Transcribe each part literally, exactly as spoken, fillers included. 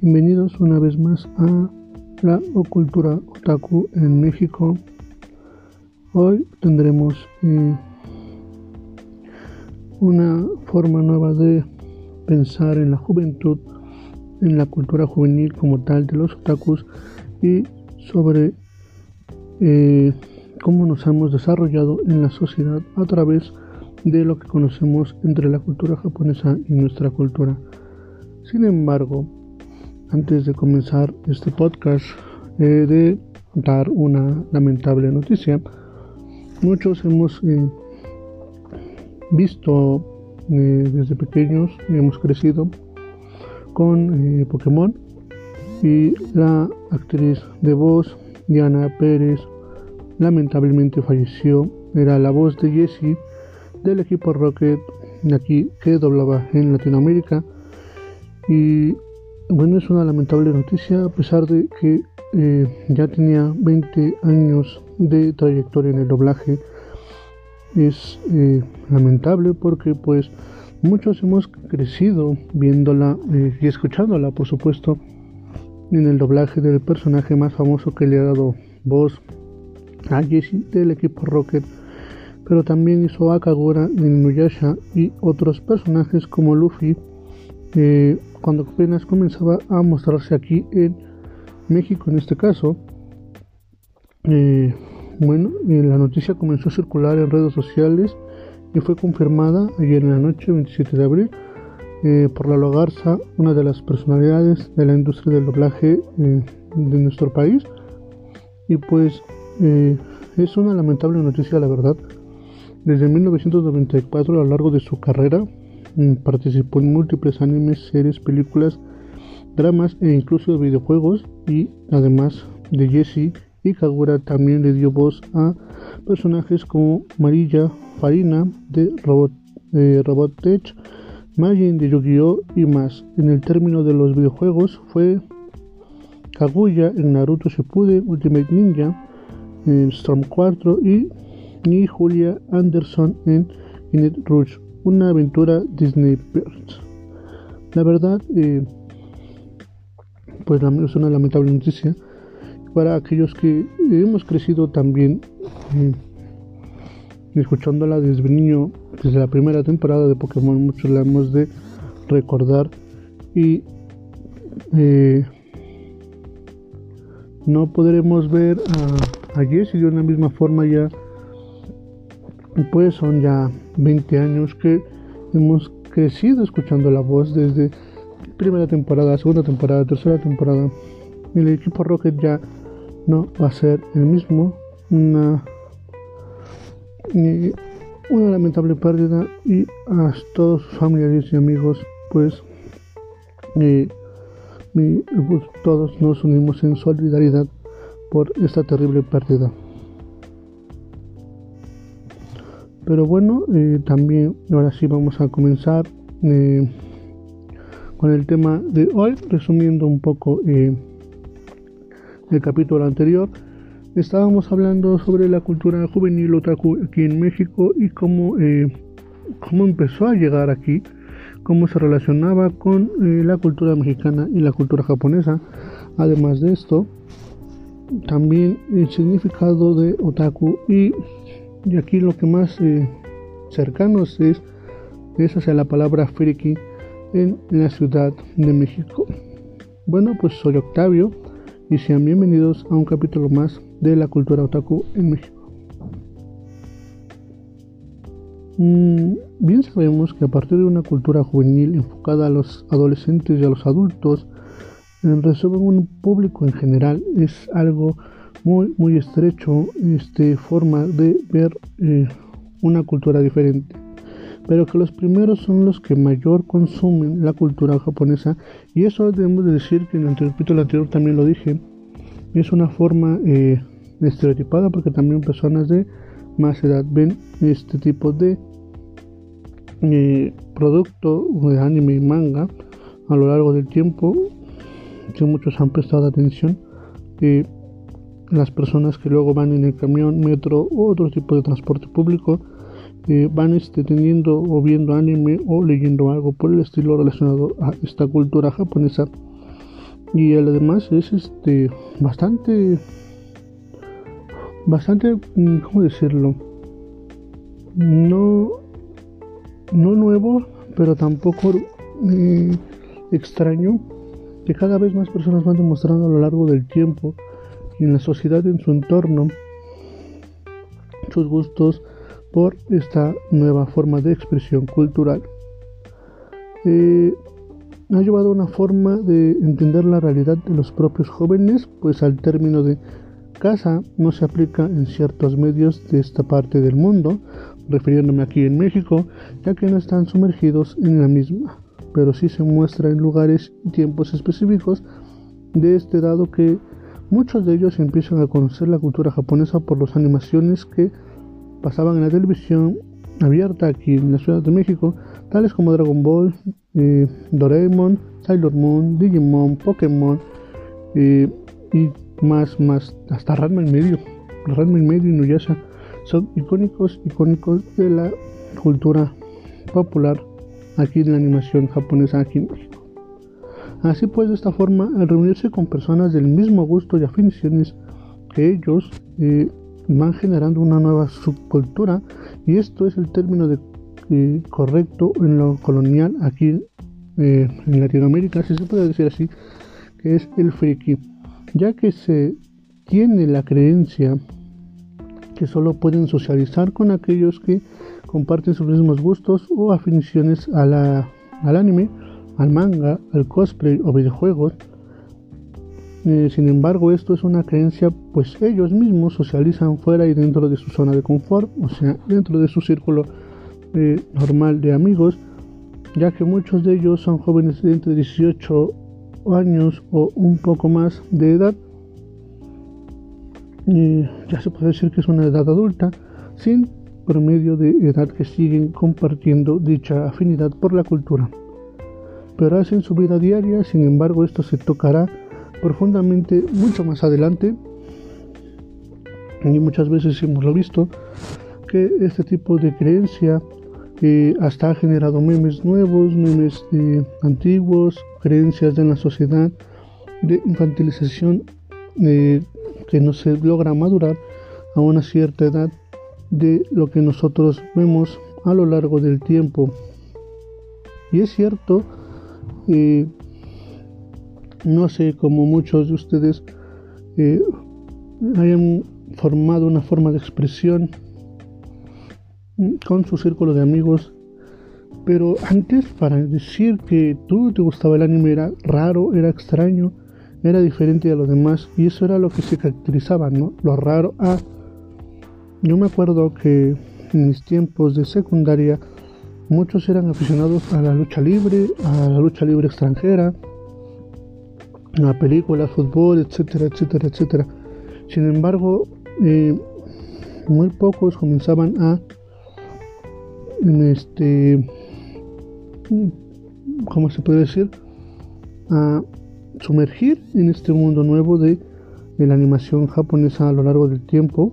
Bienvenidos una vez más a la cultura otaku en México. Hoy tendremos eh, una forma nueva de pensar en la juventud, en la cultura juvenil como tal de los otakus y sobre eh, cómo nos hemos desarrollado en la sociedad a través de lo que conocemos entre la cultura japonesa y nuestra cultura. Sin embargo, antes de comenzar este podcast, he de dar una lamentable noticia. Muchos hemos eh, visto eh, desde pequeños, hemos crecido con eh, Pokémon, y la actriz de voz, Diana Pérez, lamentablemente falleció. Era la voz de Jessie del equipo Rocket de aquí, que doblaba en Latinoamérica. Y bueno, es una lamentable noticia a pesar de que eh, ya tenía veinte años de trayectoria en el doblaje. Es eh, lamentable porque pues muchos hemos crecido viéndola eh, y escuchándola, por supuesto, en el doblaje del personaje más famoso que le ha dado voz a Jessie del equipo Rocket, pero también hizo a Kagura en Inuyasha y otros personajes como Luffy, eh, cuando apenas comenzaba a mostrarse aquí en México en este caso. Eh, bueno, eh, la noticia comenzó a circular en redes sociales y fue confirmada ayer en la noche, veintisiete de abril, eh, por Lalo Garza, una de las personalidades de la industria del doblaje eh, de nuestro país. Y pues eh, es una lamentable noticia, la verdad. Desde mil novecientos noventa y cuatro, a lo largo de su carrera, participó en múltiples animes, series, películas, dramas e incluso videojuegos, y además de Jessie y Kagura también le dio voz a personajes como Marilla, Farina de Robot, eh, Robotech, Majin de Yu-Gi-Oh! Y más. En el término de los videojuegos fue Kaguya en Naruto Shippuden Ultimate Ninja, en Storm cuatro, y ni Julia Anderson en Inet Rouge, una aventura Disney Plus. La verdad, eh, pues es una lamentable noticia para aquellos que hemos crecido también eh, escuchándola desde niño, desde la primera temporada de Pokémon. Muchos la hemos de recordar y eh, no podremos ver a, a Jessie de una misma forma ya. Pues son ya veinte años que hemos crecido escuchando la voz desde primera temporada, segunda temporada, tercera temporada. El equipo Rocket ya no va a ser el mismo. Una, eh, una lamentable pérdida, y a todos sus familiares y amigos, pues, eh, y, pues todos nos unimos en solidaridad por esta terrible pérdida. Pero bueno, eh, también ahora sí vamos a comenzar eh, con el tema de hoy, resumiendo un poco eh, el capítulo anterior. Estábamos hablando sobre la cultura juvenil otaku aquí en México y cómo, eh, cómo empezó a llegar aquí, cómo se relacionaba con eh, la cultura mexicana y la cultura japonesa. Además de esto, también el significado de otaku, y Y aquí lo que más eh, cercanos es, es hacia la palabra friki en, en la Ciudad de México. Bueno, pues soy Octavio y sean bienvenidos a un capítulo más de la cultura otaku en México. Mm, bien sabemos que a partir de una cultura juvenil enfocada a los adolescentes y a los adultos, en resumen un público en general, es algo muy muy estrecho, este forma de ver eh, una cultura diferente, pero que los primeros son los que mayor consumen la cultura japonesa. Y eso debemos de decir que en el capítulo anterior también lo dije, es una forma eh, estereotipada, porque también personas de más edad ven este tipo de eh, producto de anime y manga a lo largo del tiempo, que muchos han prestado atención. eh, Las personas que luego van en el camión, metro u otro tipo de transporte público eh, van este, teniendo o viendo anime o leyendo algo por el estilo relacionado a esta cultura japonesa. y además es este bastante bastante ¿cómo decirlo? no no nuevo, pero tampoco eh, extraño, que cada vez más personas van demostrando a lo largo del tiempo en la sociedad, en su entorno, sus gustos por esta nueva forma de expresión cultural. Eh, ha llevado a una forma de entender la realidad de los propios jóvenes, pues al término de casa no se aplica en ciertos medios de esta parte del mundo, refiriéndome aquí en México, ya que no están sumergidos en la misma, pero sí se muestra en lugares y tiempos específicos de este, dado que muchos de ellos empiezan a conocer la cultura japonesa por las animaciones que pasaban en la televisión abierta aquí en la Ciudad de México, tales como Dragon Ball, eh, Doraemon, Sailor Moon, Digimon, Pokémon eh, y más, más, hasta Ranma y medio. Ranma y medio y Nuyasha son icónicos, icónicos de la cultura popular aquí en la animación japonesa aquí en México. Así pues, de esta forma, al reunirse con personas del mismo gusto y afiniciones que ellos, eh, van generando una nueva subcultura, y esto es el término de, eh, correcto en lo colonial aquí eh, en Latinoamérica, si se puede decir así, que es el friki, ya que se tiene la creencia que solo pueden socializar con aquellos que comparten sus mismos gustos o afiniciones a la, al anime, al manga, al cosplay o videojuegos. Eh, sin embargo, esto es una creencia, pues ellos mismos socializan fuera y dentro de su zona de confort, o sea, dentro de su círculo eh, normal de amigos, ya que muchos de ellos son jóvenes de entre dieciocho años o un poco más de edad. Eh, ya se puede decir que es una edad adulta, sin promedio de edad, que siguen compartiendo dicha afinidad por la cultura, pero hacen su vida diaria. Sin embargo, esto se tocará profundamente mucho más adelante, y muchas veces hemos lo visto que este tipo de creencia eh, hasta ha generado memes nuevos, memes eh, antiguos, creencias de la sociedad de infantilización eh, que no se logra madurar a una cierta edad de lo que nosotros vemos a lo largo del tiempo. Y es cierto, eh, no sé, como muchos de ustedes eh, hayan formado una forma de expresión con su círculo de amigos, pero antes, para decir que tú te gustaba el anime, era raro, era extraño, era diferente a los demás, y eso era lo que se caracterizaba, ¿no? Lo raro. Ah, yo me acuerdo que en mis tiempos de secundaria muchos eran aficionados a la lucha libre, a la lucha libre extranjera, a películas, fútbol, etcétera, etcétera, etcétera. Sin embargo, eh, muy pocos comenzaban a este ¿cómo se puede decir? a sumergir en este mundo nuevo de, de la animación japonesa a lo largo del tiempo.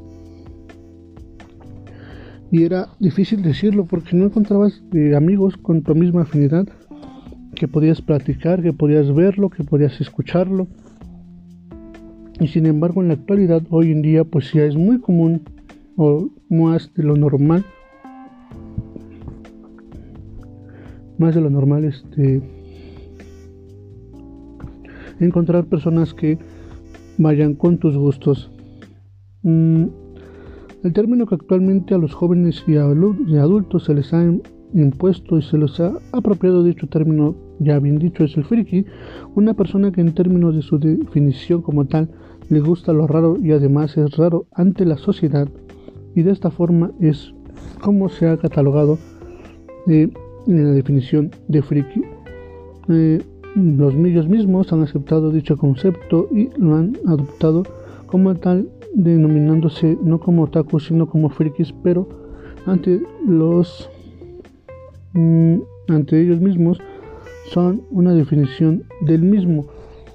Y era difícil decirlo porque no encontrabas eh, amigos con tu misma afinidad, que podías platicar, que podías verlo, que podías escucharlo. Y sin embargo, en la actualidad, hoy en día, pues ya es muy común, o más de lo normal, más de lo normal, este, encontrar personas que vayan con tus gustos. Mm, el término que actualmente a los jóvenes y a adultos se les ha impuesto y se les ha apropiado, dicho término ya bien dicho, es el friki, una persona que en términos de su definición como tal le gusta lo raro y además es raro ante la sociedad, y de esta forma es como se ha catalogado eh, en la definición de friki. Eh, los medios mismos han aceptado dicho concepto y lo han adoptado como tal, denominándose no como otaku sino como frikis, pero ante los mm, ante ellos mismos son una definición del mismo.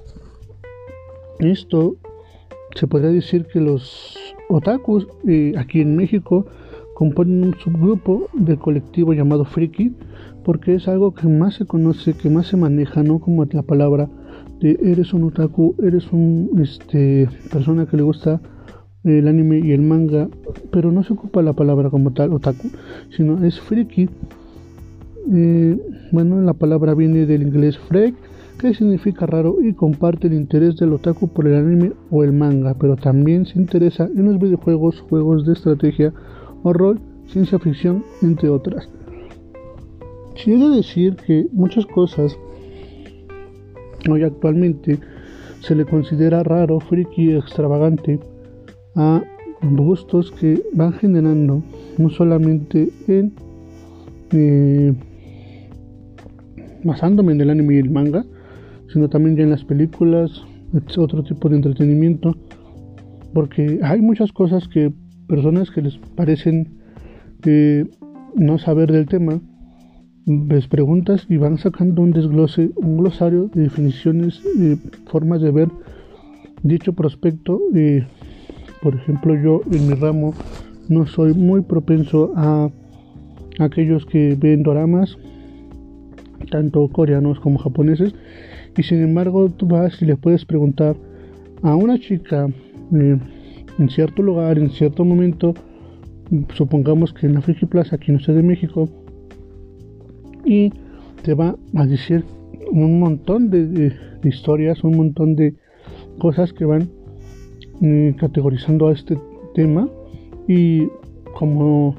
Esto se podría decir que los otakus eh, aquí en México componen un subgrupo del colectivo llamado friki, porque es algo que más se conoce, que más se maneja, no como la palabra de eres un otaku, eres un este persona que le gusta el anime y el manga, pero no se ocupa la palabra como tal otaku, sino es friki. Eh, bueno, la palabra viene del inglés freak, que significa raro, y comparte el interés del otaku por el anime o el manga, pero también se interesa en los videojuegos, juegos de estrategia o rol, ciencia ficción, entre otras. Si he de decir que muchas cosas hoy actualmente se le considera raro, friki, extravagante a gustos que van generando no solamente en eh, basándome en el anime y el manga, sino también ya en las películas, otro tipo de entretenimiento, porque hay muchas cosas que personas que les parecen eh, no saber del tema, les preguntas y van sacando un desglose, un glosario de definiciones, eh, formas de ver dicho prospecto. Eh, por ejemplo, yo en mi ramo no soy muy propenso a aquellos que ven doramas, tanto coreanos como japoneses, y sin embargo tú vas y le puedes preguntar a una chica eh, en cierto lugar, en cierto momento, supongamos que en la Friki Plaza, aquí en Ciudad de México, y te va a decir un montón de, de, de historias, un montón de cosas que van eh, categorizando a este tema, y como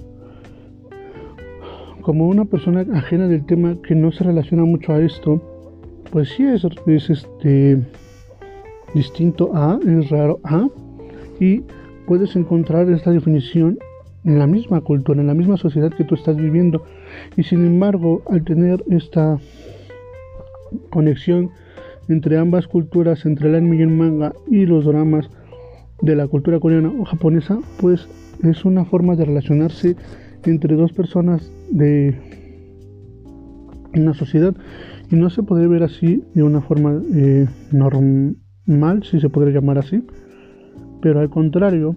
como una persona ajena del tema que no se relaciona mucho a esto, pues sí es, es este distinto a, es raro a, y puedes encontrar esta definición en la misma cultura, en la misma sociedad que tú estás viviendo, y sin embargo, al tener esta conexión entre ambas culturas, entre el anime y el manga y los dramas de la cultura coreana o japonesa, pues es una forma de relacionarse entre dos personas de una sociedad, y no se puede ver así de una forma eh, normal, si se podría llamar así, pero al contrario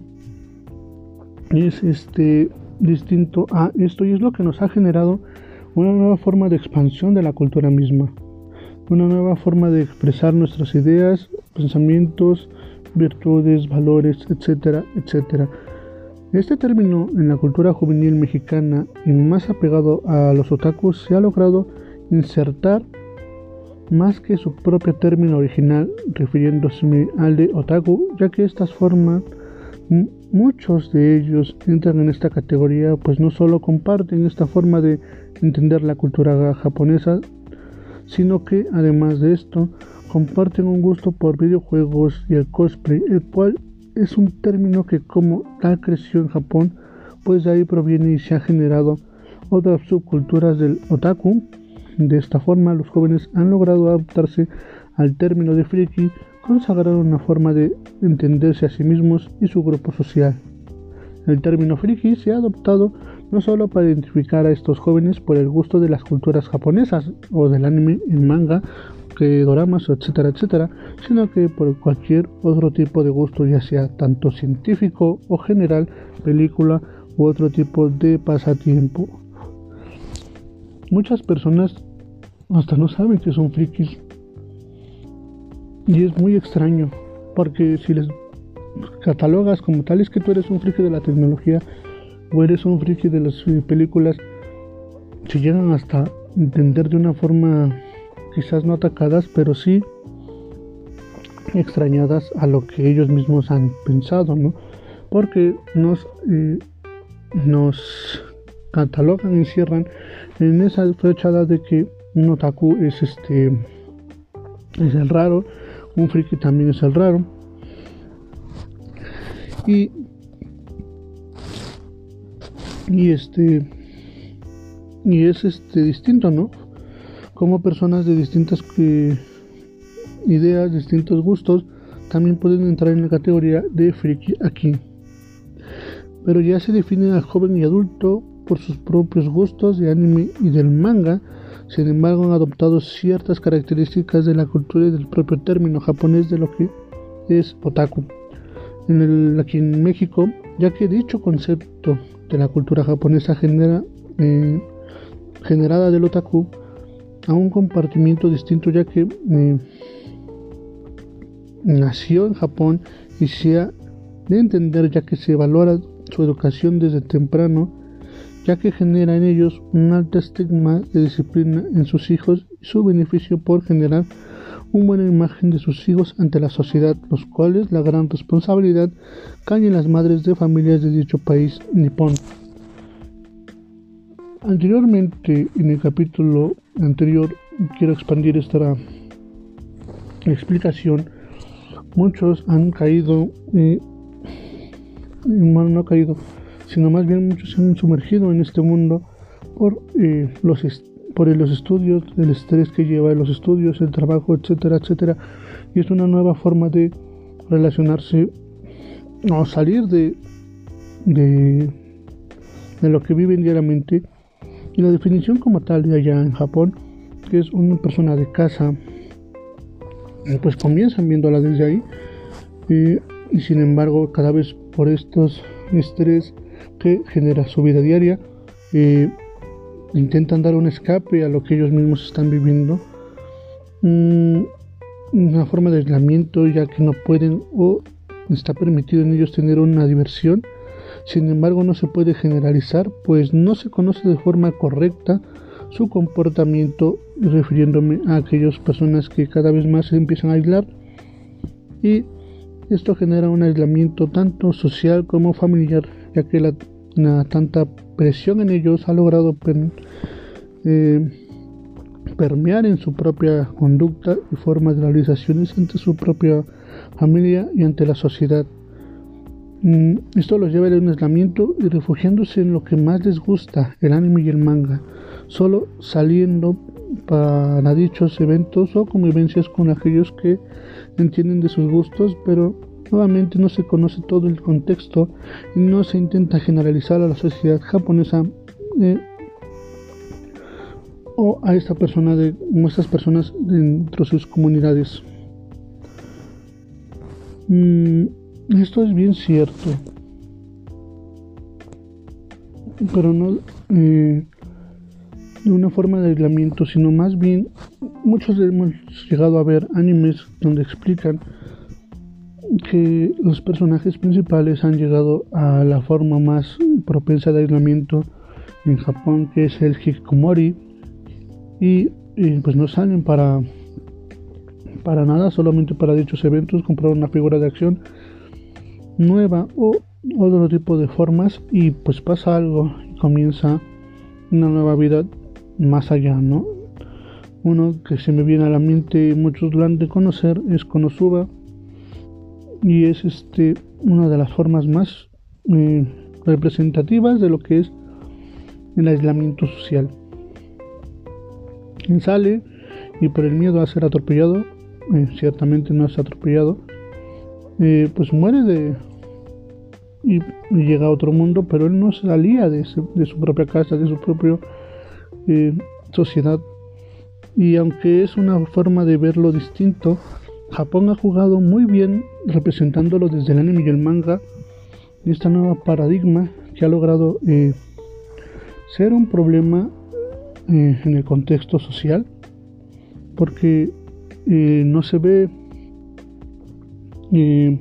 es este distinto a esto, y es lo que nos ha generado una nueva forma de expansión de la cultura misma, una nueva forma de expresar nuestras ideas, pensamientos, virtudes, valores, etcétera, etcétera. Este término en la cultura juvenil mexicana y más apegado a los otakus se ha logrado insertar más que su propio término original, refiriéndose al de otaku, ya que estas formas, muchos de ellos entran en esta categoría, pues no solo comparten esta forma de entender la cultura japonesa, sino que además de esto comparten un gusto por videojuegos y el cosplay, el cual es un término que como tal creció en Japón, pues de ahí proviene y se ha generado otras subculturas del otaku. De esta forma, los jóvenes han logrado adaptarse al término de friki, consagrar una forma de entenderse a sí mismos y su grupo social. El término friki se ha adoptado no solo para identificar a estos jóvenes por el gusto de las culturas japonesas o del anime, el manga, que doramas, etcétera, etcétera, sino que por cualquier otro tipo de gusto, ya sea tanto científico o general, película u otro tipo de pasatiempo. Muchas personas hasta no saben que son frikis, y es muy extraño, porque si les catalogas como tal, es que tú eres un friki de la tecnología o eres un friki de las películas, se llegan hasta entender de una forma quizás no atacadas, pero sí extrañadas a lo que ellos mismos han pensado, ¿no? Porque nos eh, nos catalogan, encierran en esa fachada de que un otaku es este es el raro, un friki también es el raro, y y este y es este distinto, ¿no? Como personas de distintas eh, ideas, distintos gustos, también pueden entrar en la categoría de friki aquí. Pero ya se define al joven y adulto por sus propios gustos de anime y del manga. Sin embargo, han adoptado ciertas características de la cultura y del propio término japonés de lo que es otaku. En el, aquí en México, ya que dicho concepto de la cultura japonesa genera eh, generada del otaku a un compartimiento distinto, ya que eh, nació en Japón y se ha de entender, ya que se valora su educación desde temprano, ya que genera en ellos un alto estigma de disciplina en sus hijos y su beneficio por generar una buena imagen de sus hijos ante la sociedad, los cuales la gran responsabilidad cae en las madres de familias de dicho país nipón. Anteriormente, en el capítulo anterior, quiero expandir esta explicación. Muchos han caído, eh, bueno, no caído, sino más bien muchos se han sumergido en este mundo por eh, los est- por los estudios, el estrés que lleva los estudios, el trabajo, etcétera, etcétera. Y es una nueva forma de relacionarse o salir de, de, de lo que viven diariamente. Y la definición como tal de allá en Japón, que es una persona de casa, pues comienzan viéndola desde ahí. Eh, y sin embargo, cada vez por estos estrés que genera su vida diaria, eh, intentan dar un escape a lo que ellos mismos están viviendo, mm, una forma de aislamiento, ya que no pueden o está permitido en ellos tener una diversión. Sin embargo, no se puede generalizar, pues no se conoce de forma correcta su comportamiento, refiriéndome a aquellas personas que cada vez más se empiezan a aislar, y esto genera un aislamiento tanto social como familiar, ya que la, la tanta presión en ellos ha logrado per, eh, permear en su propia conducta y forma de realizaciones ante su propia familia y ante la sociedad. Mm, esto los lleva a un aislamiento y refugiándose en lo que más les gusta, el anime y el manga, solo saliendo para dichos eventos o convivencias con aquellos que entienden de sus gustos, pero nuevamente no se conoce todo el contexto y no se intenta generalizar a la sociedad japonesa eh, o a esta persona de o estas personas dentro de sus comunidades. Mm, esto es bien cierto, pero no eh, de una forma de aislamiento, sino más bien muchos hemos llegado a ver animes donde explican que los personajes principales han llegado a la forma más propensa de aislamiento en Japón, que es el hikikomori, y, y pues no salen para para nada, solamente para dichos eventos, comprar una figura de acción nueva o otro tipo de formas, y pues pasa algo y comienza una nueva vida más allá, ¿no? Uno que se me viene a la mente y muchos lo han de conocer es Konosuba, y es este una de las formas más eh, representativas de lo que es el aislamiento social. Quien sale y por el miedo a ser atropellado, eh, ciertamente no es atropellado, eh, pues muere de y, y llega a otro mundo, pero él no salía de, ese, de su propia casa, de su propia eh, sociedad. Y aunque es una forma de verlo distinto, Japón ha jugado muy bien representándolo desde el anime y el manga, esta nueva paradigma que ha logrado eh, ser un problema eh, en el contexto social, porque eh, no se ve eh,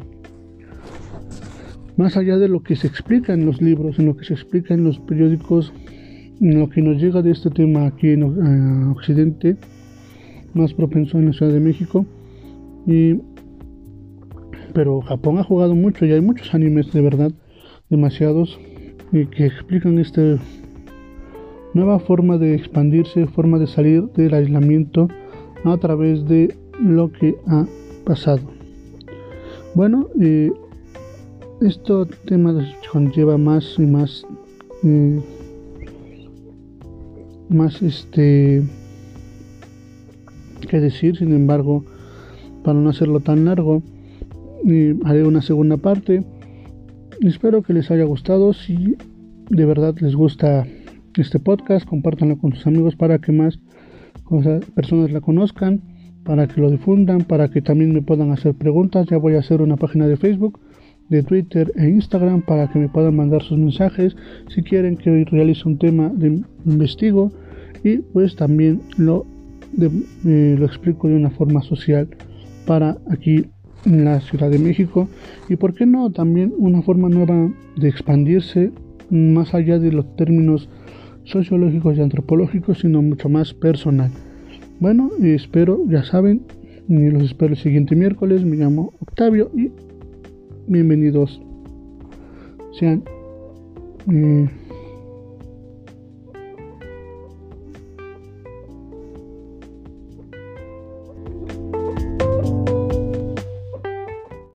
más allá de lo que se explica en los libros, en lo que se explica en los periódicos, en lo que nos llega de este tema aquí en eh, Occidente, más propenso en la Ciudad de México. Y, pero Japón ha jugado mucho y hay muchos animes de verdad, demasiados, eh, que explican esta nueva forma de expandirse, forma de salir del aislamiento a través de lo que ha pasado. Bueno, eh, este tema conlleva más y más eh, más este que decir. Sin embargo, para no hacerlo tan largo, eh, haré una segunda parte. Espero que les haya gustado. Si de verdad les gusta este podcast, compártanlo con sus amigos para que más cosas, personas la conozcan, para que lo difundan, para que también me puedan hacer preguntas. Ya voy a hacer una página de Facebook, de Twitter e Instagram para que me puedan mandar sus mensajes. Si quieren que realice un tema, de, lo investigo y pues también lo, de, eh, lo explico de una forma social para aquí en la Ciudad de México, y por qué no también una forma nueva de expandirse más allá de los términos sociológicos y antropológicos, sino mucho más personal. Bueno, espero, ya saben, los espero el siguiente miércoles. Me llamo Octavio y bienvenidos sean. Eh,